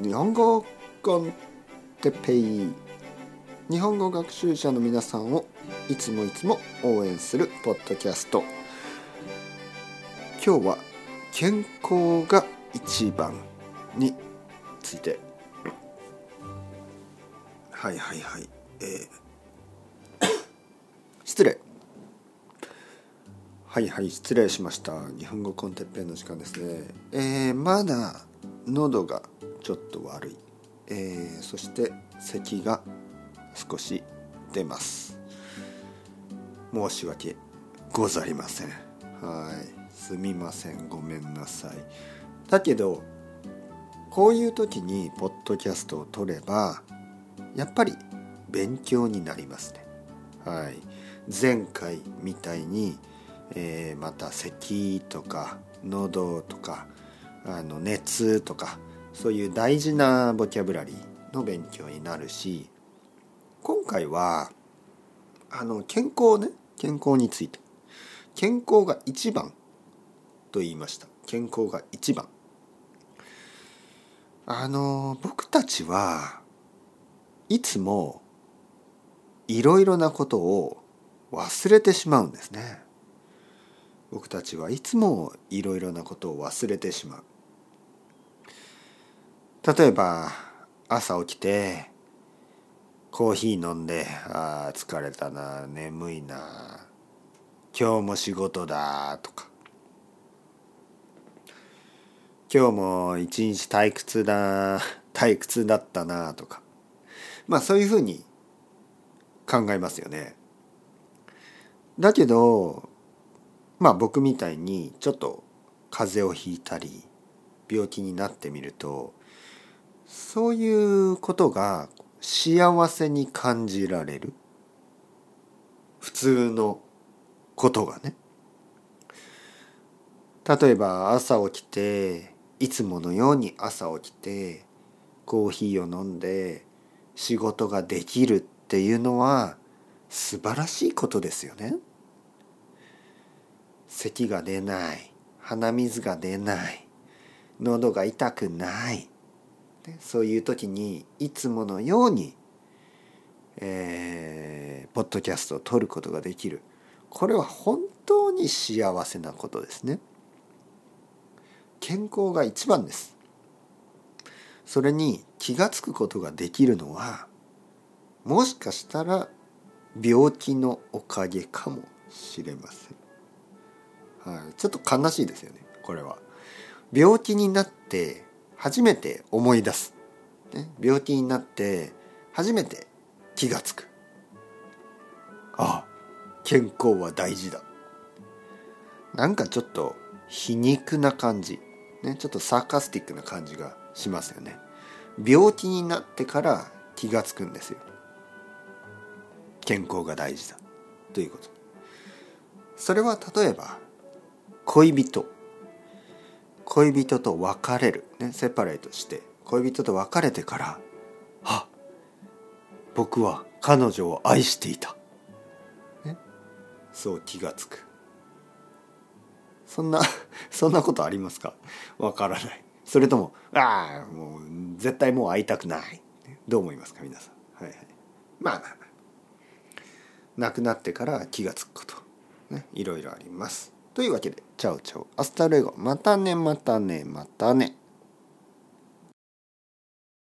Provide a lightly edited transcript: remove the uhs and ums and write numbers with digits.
日本語コンテペイ。日本語学習者の皆さんをいつも応援するポッドキャスト。今日は健康が一番について。失礼しました。日本語コンテッペイの時間ですね。まだ喉がちょっと悪い、そして咳が少し出ます。申し訳ございません。すみません、ごめんなさい。だけどこういう時にポッドキャストを撮ればやっぱり勉強になりますね。前回みたいに、また咳とか喉とか熱とかそういう大事なボキャブラリーの勉強になるし、今回は健康について、健康が一番と言いました。健康が一番。僕たちはいつもいろいろなことを忘れてしまうんですね。僕たちはいつもいろいろなことを忘れてしまう。例えば朝起きてコーヒー飲んで、疲れたな、眠いな、今日も仕事だとか、今日も一日退屈だったなとか、そういうふうに考えますよね。だけど僕みたいにちょっと風邪をひいたり病気になってみると、そういうことが幸せに感じられる、普通のことがね。例えば朝起きて、いつものように朝起きてコーヒーを飲んで仕事ができるっていうのは素晴らしいことですよね。咳が出ない、鼻水が出ない、喉が痛くない、そういう時にいつものように、ポッドキャストを撮ることができる。これは本当に幸せなことですね。健康が一番です。それに気がつくことができるのは、もしかしたら病気のおかげかもしれません。ちょっと悲しいですよね。これは病気になって初めて思い出す、病気になって初めて気がつく。健康は大事だ。なんかちょっと皮肉な感じ、ちょっとサーカスティックな感じがしますよね。病気になってから気がつくんですよ。健康が大事だということ。それは例えば恋人と別れる、セパレートして恋人と別れてから、僕は彼女を愛していた、そう気がつく。そんなことありますか？わからない。それとももう絶対もう会いたくない、どう思いますか皆さん。亡くなってから気がつくこと、いろいろあります。というわけで、チャオチャオ、アスタルエゴ、またね。